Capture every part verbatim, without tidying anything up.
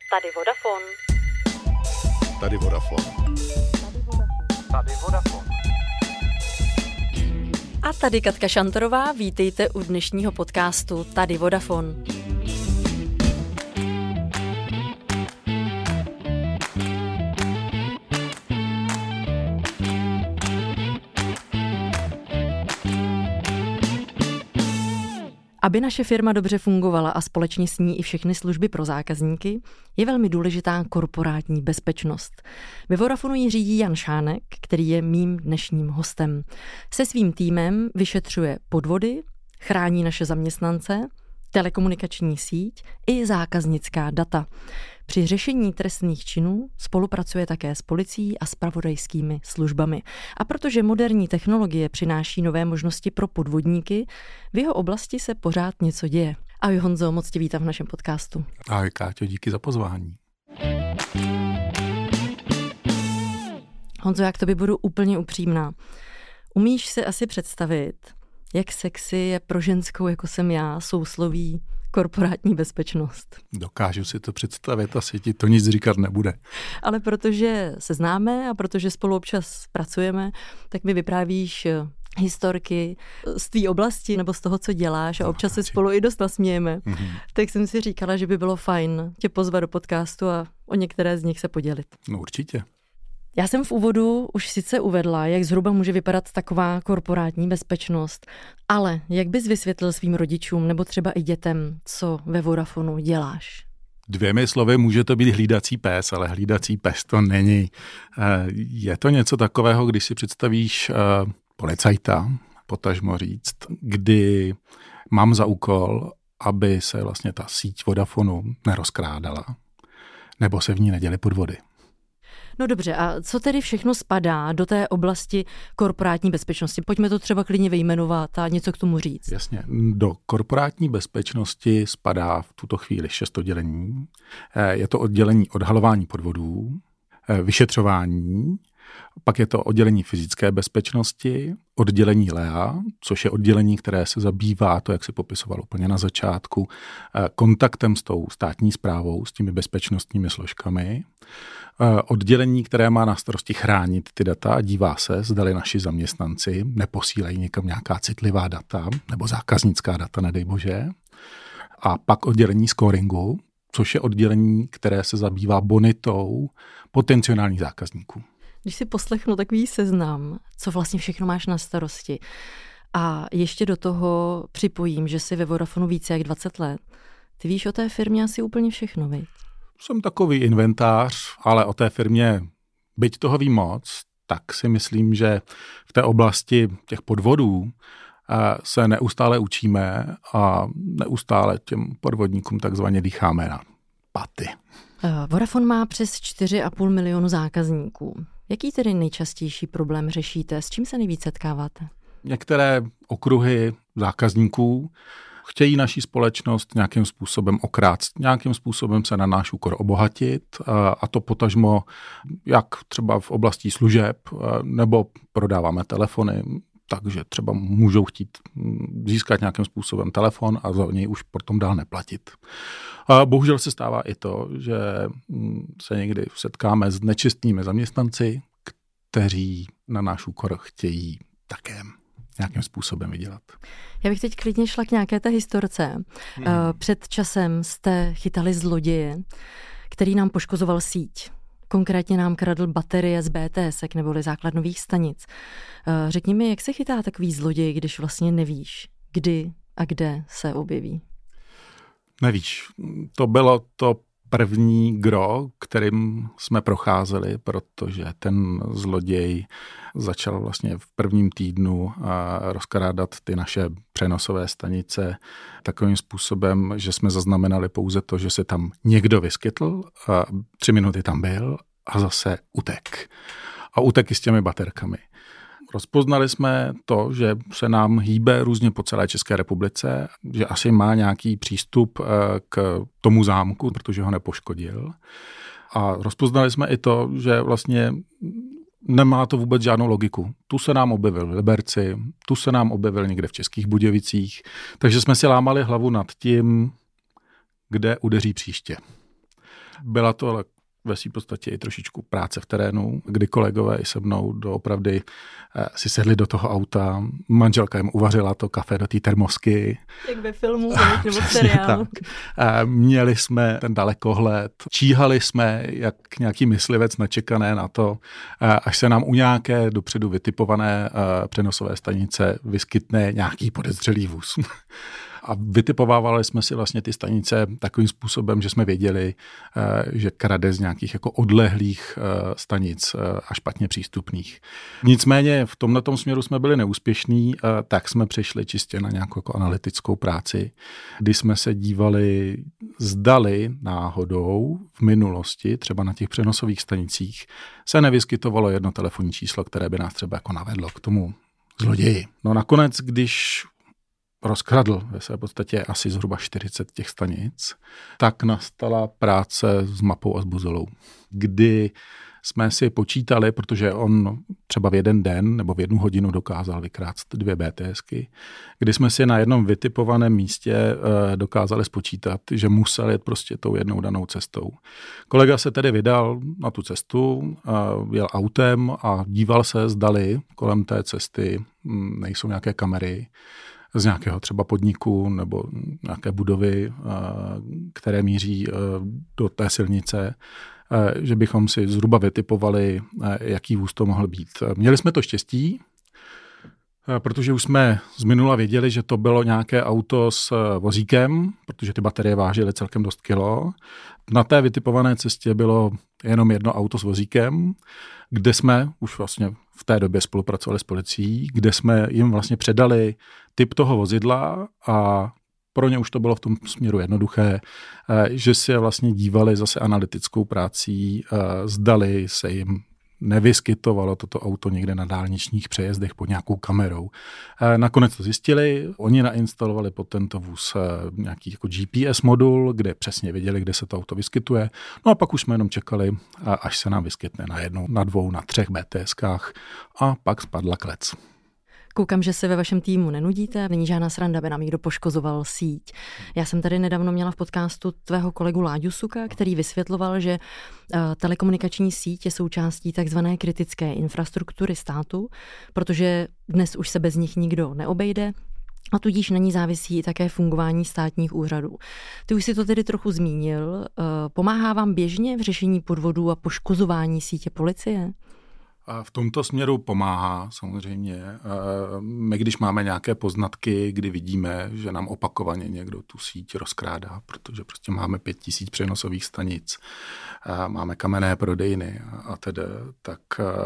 Tady Vodafone. Tady Vodafone. Tady Vodafone. A tady Katka Šantorová, vítejte u dnešního podcastu Tady Vodafone. Aby naše firma dobře fungovala a společně s ní i všechny služby pro zákazníky, je velmi důležitá korporátní bezpečnost. Ve Vodafonu ji řídí Jan Šánek, který je mým dnešním hostem. Se svým týmem vyšetřuje podvody, chrání naše zaměstnance, telekomunikační síť i zákaznická data. Při řešení trestných činů spolupracuje také s policií a zpravodajskými službami. A protože moderní technologie přináší nové možnosti pro podvodníky, v jeho oblasti se pořád něco děje. Ahoj Honzo, moc tě vítám v našem podcastu. Ahoj Káťo, díky za pozvání. Honzo, já k tobě budu úplně upřímná. Umíš si asi představit, jak sexy je pro ženskou, jako jsem já, sousloví korporátní bezpečnost? Dokážu si to představit, asi ti to nic říkat nebude. Ale protože se známe a protože spolu občas pracujeme, tak mi vyprávíš historky z té oblasti nebo z toho, co děláš a no, občas se spolu i dost nasmějeme. Mm-hmm. Tak jsem si říkala, že by bylo fajn tě pozvat do podcastu a o některé z nich se podělit. No určitě. Já jsem v úvodu už sice uvedla, jak zhruba může vypadat taková korporátní bezpečnost, ale jak bys vysvětlil svým rodičům nebo třeba i dětem, co ve Vodafonu děláš? Dvěmi slovy může to být hlídací pes, ale hlídací pes to není. Je to něco takového, když si představíš policajta, potažmo říct, kdy mám za úkol, aby se vlastně ta síť Vodafonu nerozkrádala, nebo se v ní neděly podvody. No dobře, a co tedy všechno spadá do té oblasti korporátní bezpečnosti? Pojďme to třeba klidně vyjmenovat a něco k tomu říct. Jasně, do korporátní bezpečnosti spadá v tuto chvíli šest oddělení. Je to oddělení odhalování podvodů, vyšetřování, pak je to oddělení fyzické bezpečnosti, oddělení L E A, což je oddělení, které se zabývá, to jak si popisoval úplně na začátku, kontaktem s tou státní správou, s těmi bezpečnostními složkami. Oddělení, které má na starosti chránit ty data a dívá se, zdali naši zaměstnanci neposílají někam nějaká citlivá data nebo zákaznická data, nedej bože. A pak oddělení scoringu, což je oddělení, které se zabývá bonitou potenciálních zákazníků. Když si poslechnu takový seznam, co vlastně všechno máš na starosti a ještě do toho připojím, že jsi ve Vodafonu více jak dvacet let, ty víš o té firmě asi úplně všechno, viď? Jsem takový inventář, ale o té firmě, byť toho ví moc, tak si myslím, že v té oblasti těch podvodů se neustále učíme a neustále těm podvodníkům takzvaně dýcháme na paty. Vodafone má přes čtyři a půl milionu zákazníků. Jaký tedy nejčastější problém řešíte? S čím se nejvíc setkáváte? Některé okruhy zákazníků chtějí naší společnost nějakým způsobem okrást, nějakým způsobem se na náš úkor obohatit a to potažmo jak třeba v oblasti služeb, nebo prodáváme telefony, takže třeba můžou chtít získat nějakým způsobem telefon a za něj už potom dál neplatit. A bohužel se stává i to, že se někdy setkáme s nečistými zaměstnanci, kteří na náš úkor chtějí také nějakým způsobem vydělat. Já bych teď klidně šla k nějaké té historce. Hmm. Před časem jste chytali zloděje, který nám poškozoval síť. Konkrétně nám kradl baterie z bé té esek neboli základnových stanic. Řekni mi, jak se chytá takový zloděj, když vlastně nevíš, kdy a kde se objeví? Nevíš. To bylo to první gro, kterým jsme procházeli, protože ten zloděj začal vlastně v prvním týdnu rozkrádat ty naše přenosové stanice takovým způsobem, že jsme zaznamenali pouze to, že se tam někdo vyskytl, a tři minuty tam byl a zase utek. A utek i s těmi baterkami. Rozpoznali jsme to, že se nám hýbe různě po celé České republice, že asi má nějaký přístup k tomu zámku, protože ho nepoškodil. A rozpoznali jsme i to, že vlastně nemá to vůbec žádnou logiku. Tu se nám objevil v Liberci, tu se nám objevil někde v Českých Budějovicích, takže jsme si lámali hlavu nad tím, kde udeří příště. Byla to ale ve své podstatě i trošičku práce v terénu, kdy kolegové i se mnou doopravdy si sedli do toho auta, manželka jim uvařila to kafe do té termosky. Jak ve filmu nebo v seriálu. Měli jsme ten dalekohled, číhali jsme jak nějaký myslivec načekané na to, až se nám u nějaké dopředu vytipované přenosové stanice vyskytne nějaký podezřelý vůz. A vytipovávali jsme si vlastně ty stanice takovým způsobem, že jsme věděli, že krade z nějakých jako odlehlých stanic a špatně přístupných. Nicméně v tomhletom směru jsme byli neúspěšní, tak jsme přešli čistě na nějakou jako analytickou práci, kdy jsme se dívali, zdali náhodou v minulosti, třeba na těch přenosových stanicích, se nevyskytovalo jedno telefonní číslo, které by nás třeba jako navedlo k tomu zloději. No nakonec, když rozkradl ve své podstatě asi zhruba čtyřicet těch stanic, tak nastala práce s mapou a s buzolou, kdy jsme si počítali, protože on třeba v jeden den nebo v jednu hodinu dokázal vykrást dvě BTSky, kdy jsme si na jednom vytipovaném místě dokázali spočítat, že musel jet prostě tou jednou danou cestou. Kolega se tedy vydal na tu cestu, jel autem a díval se, zdali kolem té cesty nejsou nějaké kamery z nějakého třeba podniku nebo nějaké budovy, které míří do té silnice, že bychom si zhruba vytipovali, jaký vůz to mohl být. Měli jsme to štěstí, protože už jsme z minula věděli, že to bylo nějaké auto s vozíkem, protože ty baterie vážily celkem dost kilo. Na té vytipované cestě bylo jenom jedno auto s vozíkem, kde jsme už vlastně v té době spolupracovali s policií, kde jsme jim vlastně předali typ toho vozidla a pro ně už to bylo v tom směru jednoduché, že si vlastně dívali zase analytickou prací, zdali se jim nevyskytovalo toto auto někde na dálničních přejezdech pod nějakou kamerou. Nakonec to zjistili, oni nainstalovali pod tento vůz nějaký jako G P S modul, kde přesně věděli, kde se to auto vyskytuje. No a pak už jsme jenom čekali, až se nám vyskytne na jednou, na dvou, na třech BTSkách a pak spadla klec. Koukám, že se ve vašem týmu nenudíte, není žádná sranda, aby nám někdo poškozoval síť. Já jsem tady nedávno měla v podcastu tvého kolegu Láďu Suka, který vysvětloval, že telekomunikační síť je součástí takzvané kritické infrastruktury státu, protože dnes už se bez nich nikdo neobejde. A tudíž na ní závisí i také fungování státních úřadů. Ty už si to tedy trochu zmínil. Pomáhá vám běžně v řešení podvodů a poškozování sítě policie? V tomto směru pomáhá samozřejmě. My, když máme nějaké poznatky, kdy vidíme, že nám opakovaně někdo tu síť rozkrádá, protože prostě máme pět tisíc přenosových stanic, máme kamenné prodejny a tedy, tak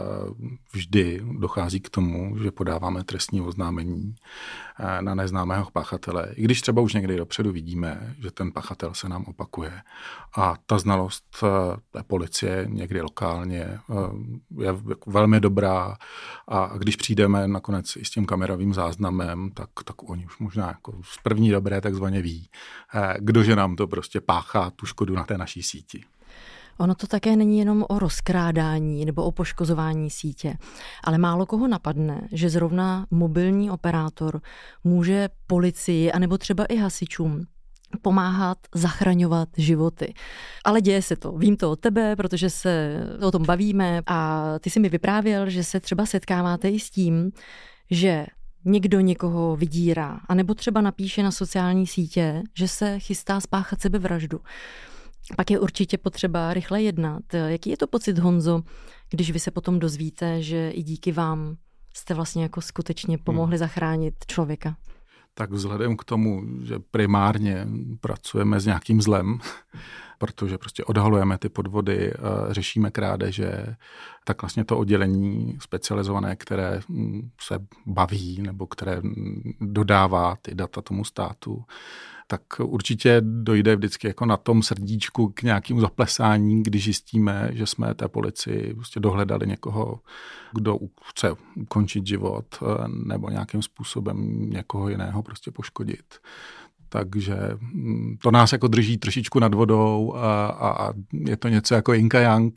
vždy dochází k tomu, že podáváme trestní oznámení na neznámého pachatele. I když třeba už někdy dopředu vidíme, že ten pachatel se nám opakuje. A ta znalost té policie někdy lokálně je velmi dobrá a když přijdeme nakonec i s tím kamerovým záznamem, tak, tak oni už možná jako z první dobré takzvaně ví, kdože nám to prostě páchá tu škodu na té naší síti. Ono to také není jenom o rozkrádání nebo o poškozování sítě, ale málo koho napadne, že zrovna mobilní operátor může policii anebo třeba i hasičům pomáhat zachraňovat životy. Ale děje se to. Vím to od tebe, protože se o tom bavíme a ty si mi vyprávěl, že se třeba setkáváte i s tím, že někdo někoho vydírá, anebo třeba napíše na sociální sítě, že se chystá spáchat sebevraždu. Pak je určitě potřeba rychle jednat. Jaký je to pocit, Honzo, když vy se potom dozvíte, že i díky vám jste vlastně jako skutečně pomohli zachránit člověka? Tak vzhledem k tomu, že primárně pracujeme s nějakým zlem, protože prostě odhalujeme ty podvody, řešíme krádeže, tak vlastně to oddělení specializované, které se baví nebo které dodává ty data tomu státu, tak určitě dojde vždycky jako na tom srdíčku k nějakému zaplesání, když zjistíme, že jsme té policii prostě dohledali někoho, kdo chce ukončit život nebo nějakým způsobem někoho jiného prostě poškodit. Takže to nás jako drží trošičku nad vodou a, a je to něco jako Inka Yang,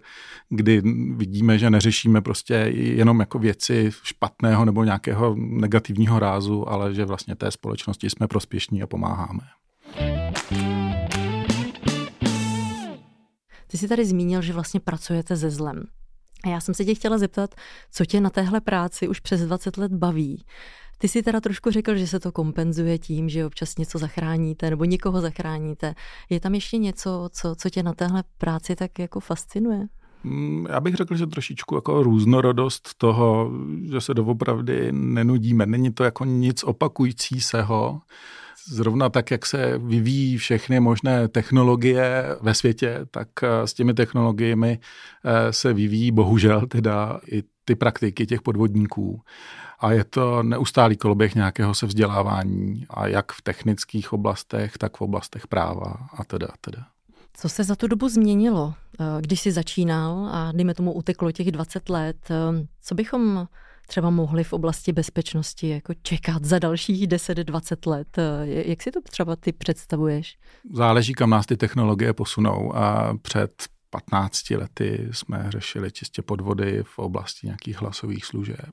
kdy vidíme, že neřešíme prostě jenom jako věci špatného nebo nějakého negativního rázu, ale že vlastně té společnosti jsme prospěšní a pomáháme. Ty jsi tady zmínil, že vlastně pracujete se zlem. A já jsem se tě chtěla zeptat, co tě na téhle práci už přes dvacet let baví. Ty si teda trošku řekl, že se to kompenzuje tím, že občas něco zachráníte nebo někoho zachráníte. Je tam ještě něco, co, co tě na téhle práci tak jako fascinuje? Já bych řekl, že trošičku jako různorodost toho, že se doopravdy nenudíme. Není to jako nic opakujícího. Zrovna tak, jak se vyvíjí všechny možné technologie ve světě, tak s těmi technologiemi se vyvíjí bohužel teda i ty praktiky těch podvodníků. A je to neustálý koloběh nějakého se vzdělávání, a jak v technických oblastech, tak v oblastech práva a teda a teda. Co se za tu dobu změnilo, když jsi začínal a dejme tomu uteklo těch dvacet let? Co bychom třeba mohli v oblasti bezpečnosti jako čekat za dalších deset dvacet let? Jak si to třeba ty představuješ? Záleží, kam nás ty technologie posunou. A před patnácti lety jsme řešili čistě podvody v oblasti nějakých hlasových služeb.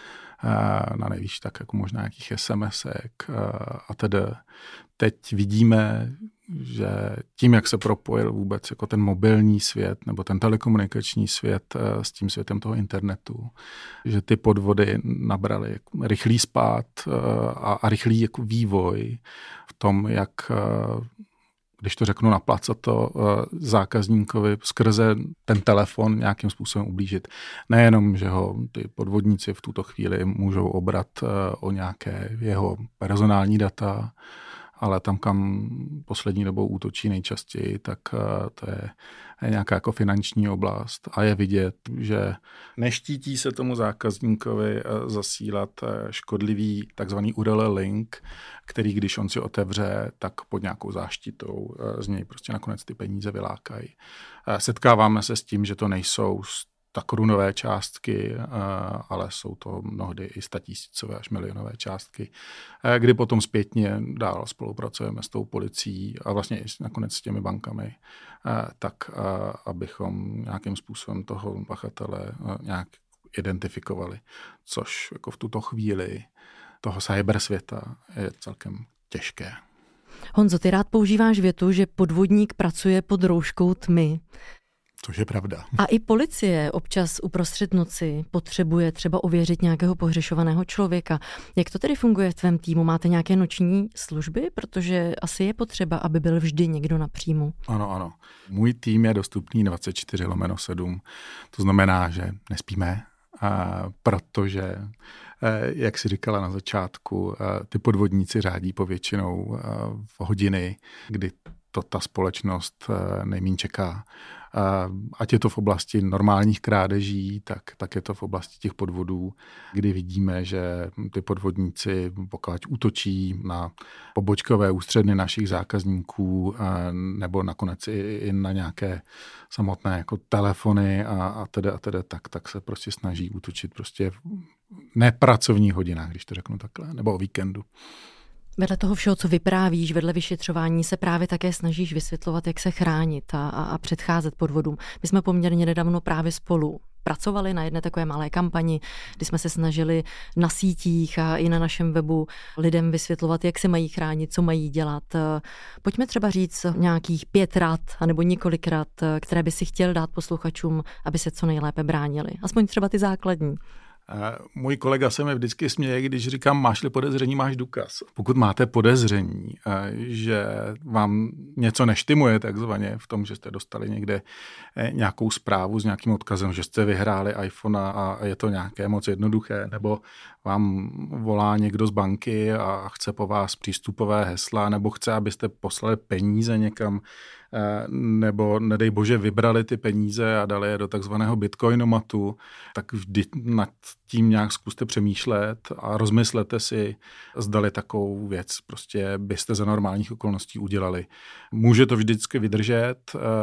Na nejvíc tak jako možná nějakých SMSek a tedy. Teď vidíme, že tím, jak se propojil vůbec jako ten mobilní svět nebo ten telekomunikační svět s tím světem toho internetu, že ty podvody nabraly jako rychlý spád a, a rychlý jako vývoj v tom, jak, když to řeknu naplacato, zákazníkovi skrze ten telefon nějakým způsobem ublížit. Nejenom, že ho ty podvodníci v tuto chvíli můžou obrat o nějaké jeho personální data, ale tam, kam poslední dobou útočí nejčastěji, tak to je nějaká jako finanční oblast. A je vidět, že neštítí se tomu zákazníkovi zasílat škodlivý takzvaný U R L link, který, když on si otevře, tak pod nějakou záštitou z něj prostě nakonec ty peníze vylákají. Setkáváme se s tím, že to nejsou tak korunové částky, ale jsou to mnohdy i statisícové až milionové částky, kdy potom zpětně dál spolupracujeme s tou policií a vlastně i nakonec s těmi bankami, tak abychom nějakým způsobem toho pachatele nějak identifikovali, což jako v tuto chvíli toho cybersvěta je celkem těžké. Honzo, ty rád používáš větu, že podvodník pracuje pod rouškou tmy. Což je pravda. A i policie občas uprostřed noci potřebuje třeba ověřit nějakého pohřešovaného člověka. Jak to tedy funguje v tvém týmu? Máte nějaké noční služby? Protože asi je potřeba, aby byl vždy někdo na příjmu. Ano, ano. Můj tým je dostupný dvacet čtyři lomeno sedm. To znamená, že nespíme, a protože, jak jsi říkala na začátku, ty podvodníci řádí povětšinou v hodiny, kdy to ta společnost nejméně čeká. Ať je to v oblasti normálních krádeží, tak, tak je to v oblasti těch podvodů, kdy vidíme, že ty podvodníci, pokud útočí na pobočkové ústředny našich zákazníků nebo nakonec i, i na nějaké samotné jako telefony a, a tedy a tedy, tak, tak se prostě snaží útočit prostě v nepracovních hodinách, když to řeknu takhle, nebo o víkendu. Vedle toho všeho, co vyprávíš, vedle vyšetřování se právě také snažíš vysvětlovat, jak se chránit a, a, a předcházet podvodům. My jsme poměrně nedávno právě spolu pracovali na jedné takové malé kampani, kdy jsme se snažili na sítích a i na našem webu lidem vysvětlovat, jak se mají chránit, co mají dělat. Pojďme třeba říct nějakých pět rad, anebo několik rad, které by si chtěl dát posluchačům, aby se co nejlépe bránili. Aspoň třeba ty základní. Můj kolega se mi vždycky směje, když říkám, máš-li podezření, máš důkaz. Pokud máte podezření, že vám něco neštimuje takzvaně v tom, že jste dostali někde nějakou zprávu s nějakým odkazem, že jste vyhráli iPhone a je to nějaké moc jednoduché, nebo vám volá někdo z banky a chce po vás přístupové hesla, nebo chce, abyste poslali peníze někam, nebo nedej bože vybrali ty peníze a dali je do takzvaného bitcoinomatu, tak vždy nad tím nějak zkuste přemýšlet a rozmyslete si, zdali takovou věc prostě byste za normálních okolností udělali. Může to vždycky vydržet,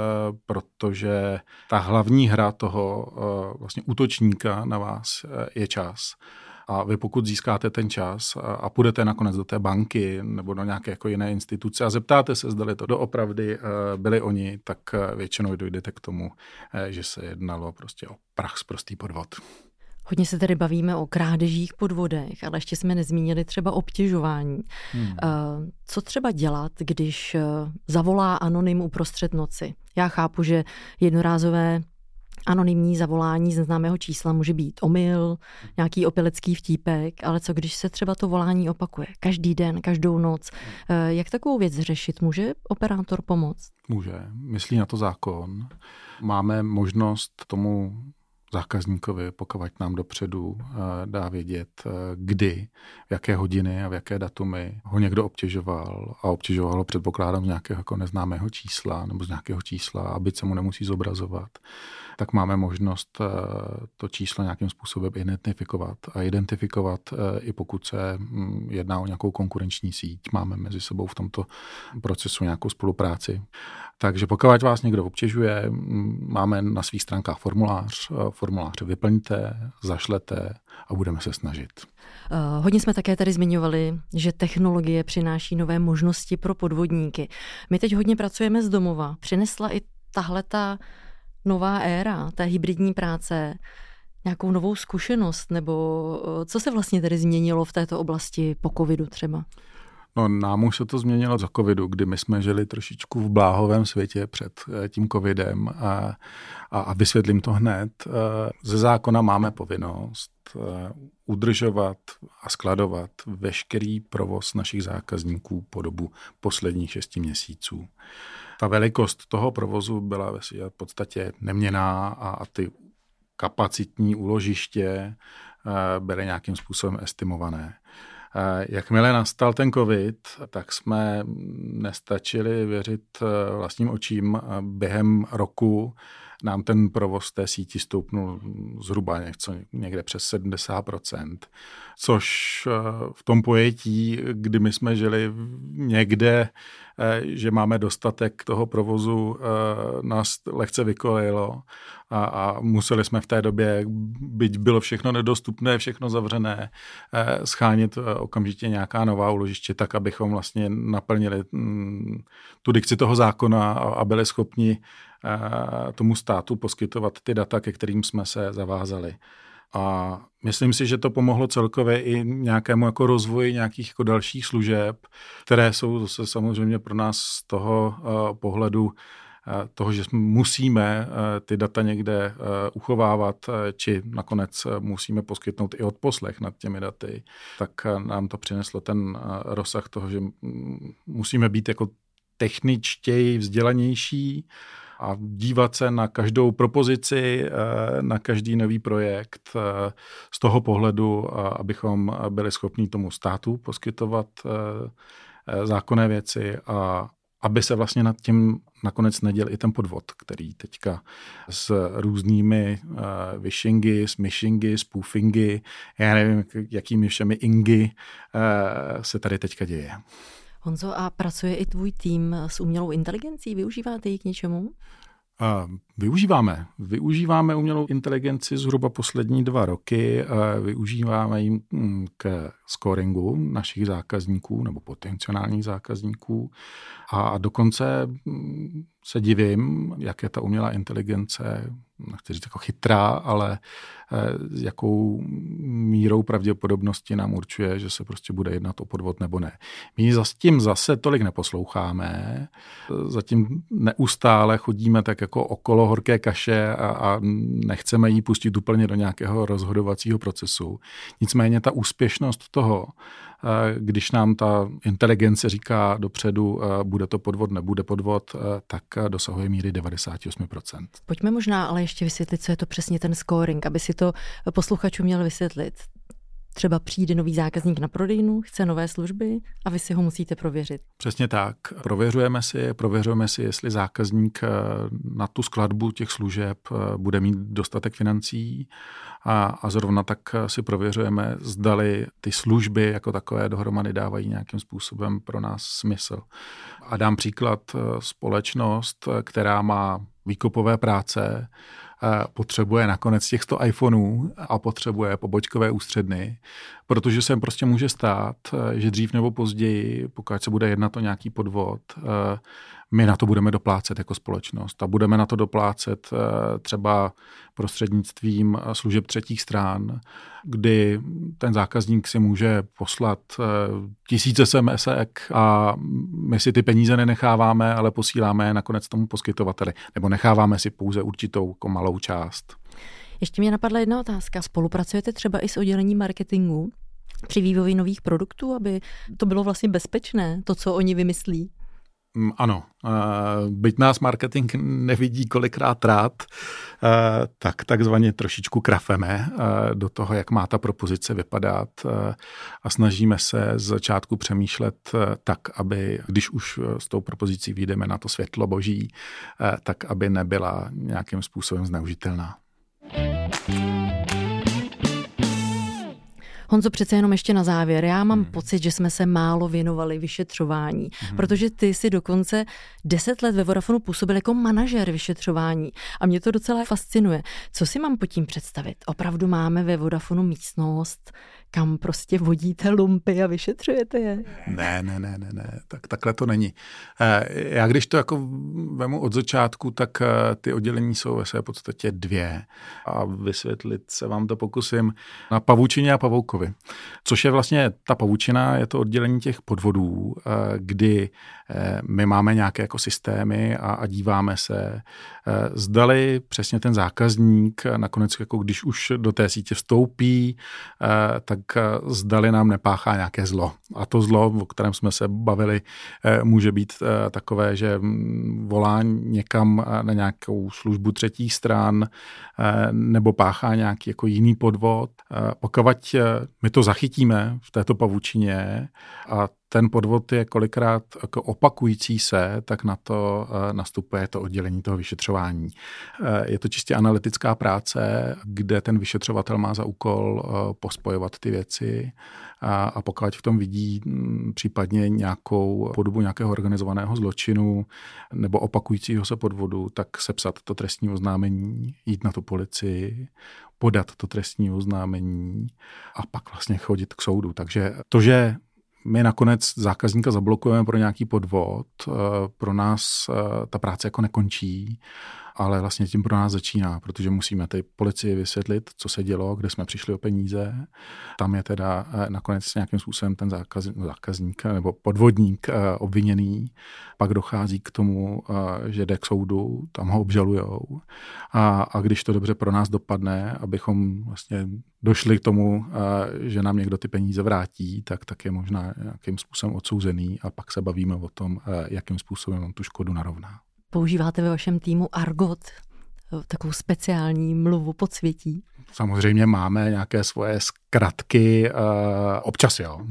protože ta hlavní hra toho vlastně útočníka na vás je čas. A vy pokud získáte ten čas a půjdete nakonec do té banky nebo do nějaké jako jiné instituce a zeptáte se, zdali to doopravdy byli oni, tak většinou dojdete k tomu, že se jednalo prostě o prachsprostý podvod. Hodně se tady bavíme o krádežích, podvodech, ale ještě jsme nezmínili třeba obtěžování. Hmm. Co třeba dělat, když zavolá anonym uprostřed noci? Já chápu, že jednorázové anonymní zavolání z neznámého čísla může být omyl, nějaký opilecký vtípek, ale co když se třeba to volání opakuje každý den, každou noc? Jak takovou věc řešit? Může operátor pomoct? Může. Myslí na to zákon. Máme možnost tomu zákazníkovi, pokud nám dopředu dá vědět, kdy, v jaké hodiny a v jaké datumy ho někdo obtěžoval a obtěžoval ho, předpokládám, z nějakého jako neznámého čísla nebo z nějakého čísla, aby se mu nemusí zobrazovat, tak máme možnost to číslo nějakým způsobem identifikovat a identifikovat i pokud se jedná o nějakou konkurenční síť. Máme mezi sebou v tomto procesu nějakou spolupráci. Takže pokud vás někdo obtěžuje, máme na svých stránkách formulář, formulář vyplňte, zašlete a budeme se snažit. Uh, hodně jsme také tady zmiňovali, že technologie přináší nové možnosti pro podvodníky. My teď hodně pracujeme z domova. Přinesla i tahleta nová éra, té hybridní práce, nějakou novou zkušenost, nebo co se vlastně tady změnilo v této oblasti po covidu třeba? No, nám už se to změnilo za covidu, kdy my jsme žili trošičku v bláhovém světě před tím covidem a, a, a vysvětlím to hned. Ze zákona máme povinnost udržovat a skladovat veškerý provoz našich zákazníků po dobu posledních šesti měsíců. Ta velikost toho provozu byla v podstatě neměnná a, a ty kapacitní úložiště byly nějakým způsobem estimované. Jakmile nastal ten covid, tak jsme nestačili věřit vlastním očím. Během roku nám ten provoz té síti stoupnul zhruba něco, někde přes sedmdesát procent, což v tom pojetí, kdy my jsme žili někde, že máme dostatek toho provozu, nás lehce vykolejilo a, a museli jsme v té době, byť bylo všechno nedostupné, všechno zavřené, schánit okamžitě nějaká nová úložiště, tak abychom vlastně naplnili tu dikci toho zákona a byli schopni tomu státu poskytovat ty data, ke kterým jsme se zavázali. A myslím si, že to pomohlo celkově i nějakému jako rozvoji nějakých jako dalších služeb, které jsou zase samozřejmě pro nás z toho uh, pohledu uh, toho, že musíme uh, ty data někde uh, uchovávat, uh, či nakonec uh, musíme poskytnout i odposlech nad těmi daty, tak uh, nám to přineslo ten uh, rozsah toho, že musíme být jako techničtěji vzdělanější a dívat se na každou propozici, na každý nový projekt z toho pohledu, abychom byli schopni tomu státu poskytovat zákonné věci a aby se vlastně nad tím nakonec neděl i ten podvod, který teďka s různými vishingy, smishingy, spoofingy, já nevím, jakými všemi ingy se tady teďka děje. Honzo, a pracuje i tvůj tým s umělou inteligencí? Využíváte ji k něčemu? Využíváme. Využíváme umělou inteligenci zhruba poslední dva roky. Využíváme ji k scoringu našich zákazníků nebo potenciálních zákazníků. A dokonce se divím, jak je ta umělá inteligence, nechci říct jako chytrá, ale s jakou mírou pravděpodobnosti nám určuje, že se prostě bude jednat o podvod nebo ne. My zatím zase tolik neposloucháme, zatím neustále chodíme tak jako okolo horké kaše a, a nechceme jí pustit úplně do nějakého rozhodovacího procesu. Nicméně ta úspěšnost toho, když nám ta inteligence říká dopředu, bude to podvod, nebude podvod, tak dosahuje míry devadesát osm procent. Pojďme možná ale ještě vysvětlit, co je to přesně ten scoring, aby si to posluchačům měl vysvětlit. Třeba přijde nový zákazník na prodejnu, chce nové služby a vy si ho musíte prověřit. Přesně tak. Prověřujeme si, prověřujeme si, jestli zákazník na tu skladbu těch služeb bude mít dostatek financí a, a zrovna tak si prověřujeme, zdali ty služby jako takové dohromady dávají nějakým způsobem pro nás smysl. A dám příklad, společnost, která má výkopové práce, potřebuje nakonec těch sto iPhoneů a potřebuje pobočkové ústředny, protože se prostě může stát, že dřív nebo později, pokud se bude jednat o nějaký podvod, my na to budeme doplácet jako společnost a budeme na to doplácet třeba prostřednictvím služeb třetích stran, kdy ten zákazník si může poslat tisíce es em esek a my si ty peníze nenecháváme, ale posíláme je nakonec tomu poskytovateli, nebo necháváme si pouze určitou jako malou část. Ještě mě napadla jedna otázka. Spolupracujete třeba i s oddělením marketingu při vývoji nových produktů, aby to bylo vlastně bezpečné, to, co oni vymyslí? Ano, byť nás marketing nevidí kolikrát rád, tak takzvaně trošičku krafeme do toho, jak má ta propozice vypadat a snažíme se z začátku přemýšlet tak, aby když už s tou propozicí vyjdeme na to světlo boží, tak aby nebyla nějakým způsobem zneužitelná. Honzo, přece jenom ještě na závěr. Já mám hmm. pocit, že jsme se málo věnovali vyšetřování, hmm. protože ty si dokonce deset let ve Vodafonu působil jako manažer vyšetřování a mě to docela fascinuje. Co si mám pod tím představit? Opravdu máme ve Vodafonu místnost, kam prostě vodíte lumpy a vyšetřujete je? Ne, ne, ne, ne, ne. Tak, takhle to není. Já když to jako vemu od začátku, tak ty oddělení jsou ve své podstatě dvě a vysvětlit se vám to pokusím na pavučině a pavoukovi. Což je vlastně ta pavučina, je to oddělení těch podvodů, kdy my máme nějaké jako systémy a, a díváme se, zdali přesně ten zákazník nakonec, jako když už do té sítě vstoupí, tak zdali nám nepáchá nějaké zlo. A to zlo, o kterém jsme se bavili, může být takové, že volá někam na nějakou službu třetích stran nebo páchá nějaký jako jiný podvod. Pokud my to zachytíme v této pavučině a ten podvod je kolikrát jako opakující se, tak na to nastupuje to oddělení toho vyšetřování. Je to čistě analytická práce, kde ten vyšetřovatel má za úkol pospojovat ty věci a, a pokud v tom vidí případně nějakou podobu nějakého organizovaného zločinu nebo opakujícího se podvodu, tak sepsat to trestní oznámení, jít na tu policii, podat to trestní oznámení a pak vlastně chodit k soudu. Takže to, že my nakonec zákazníka zablokujeme pro nějaký podvod, pro nás ta práce jako nekončí, ale vlastně tím pro nás začíná, protože musíme té policii vysvětlit, co se dělo, kde jsme přišli o peníze. Tam je teda nakonec nějakým způsobem ten zákazník nebo podvodník obviněný. Pak dochází k tomu, že jde k soudu, tam ho obžalujou. A, a když to dobře pro nás dopadne, abychom vlastně došli k tomu, že nám někdo ty peníze vrátí, tak, tak je možná nějakým způsobem odsouzený a pak se bavíme o tom, jakým způsobem on tu škodu narovná. Používáte ve vašem týmu argot, takovou speciální mluvu podsvětí? Samozřejmě máme nějaké svoje zkratky, uh, občas jo.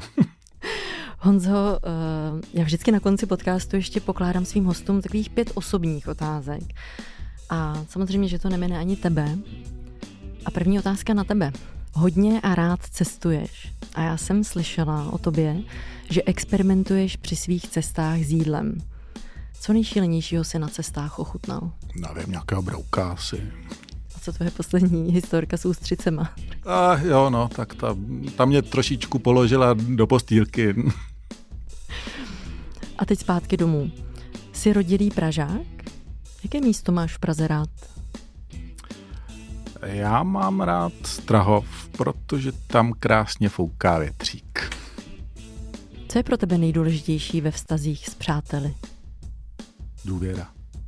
Honzo, uh, já vždycky na konci podcastu ještě pokládám svým hostům takových pět osobních otázek. A samozřejmě, že to nemine ani tebe. A první otázka na tebe. Hodně a rád cestuješ. A já jsem slyšela o tobě, že experimentuješ při svých cestách s jídlem. Co nejšílenějšího si na cestách ochutnal? Nevím, nějakého brouka asi. A co tvoje poslední historka s ústřicema? A jo, no, tak ta, ta mě trošičku položila do postýlky. A teď zpátky domů. Jsi rodilý Pražák? Jaké místo máš v Praze rád? Já mám rád Strahov, protože tam krásně fouká větřík. Co je pro tebe nejdůležitější ve vztazích s přáteli? Důvěra.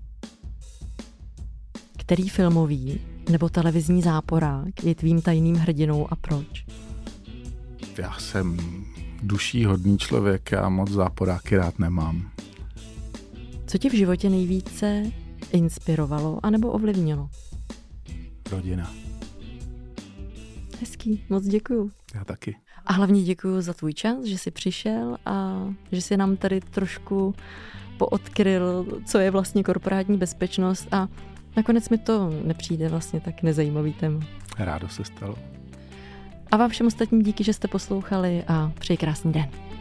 Který filmový nebo televizní záporák je tvým tajným hrdinou a proč? Já jsem duší hodný člověk, já moc záporáky rád nemám. Co tě v životě nejvíce inspirovalo anebo ovlivnilo? Rodina. Hezký, moc děkuju. Já taky. A hlavně děkuju za tvůj čas, že jsi přišel a že jsi nám tady trošku poodkryl, co je vlastně korporátní bezpečnost a nakonec mi to nepřijde vlastně tak nezajímavý téma. Rádo se stalo. A vám všem ostatním díky, že jste poslouchali a přeji krásný den.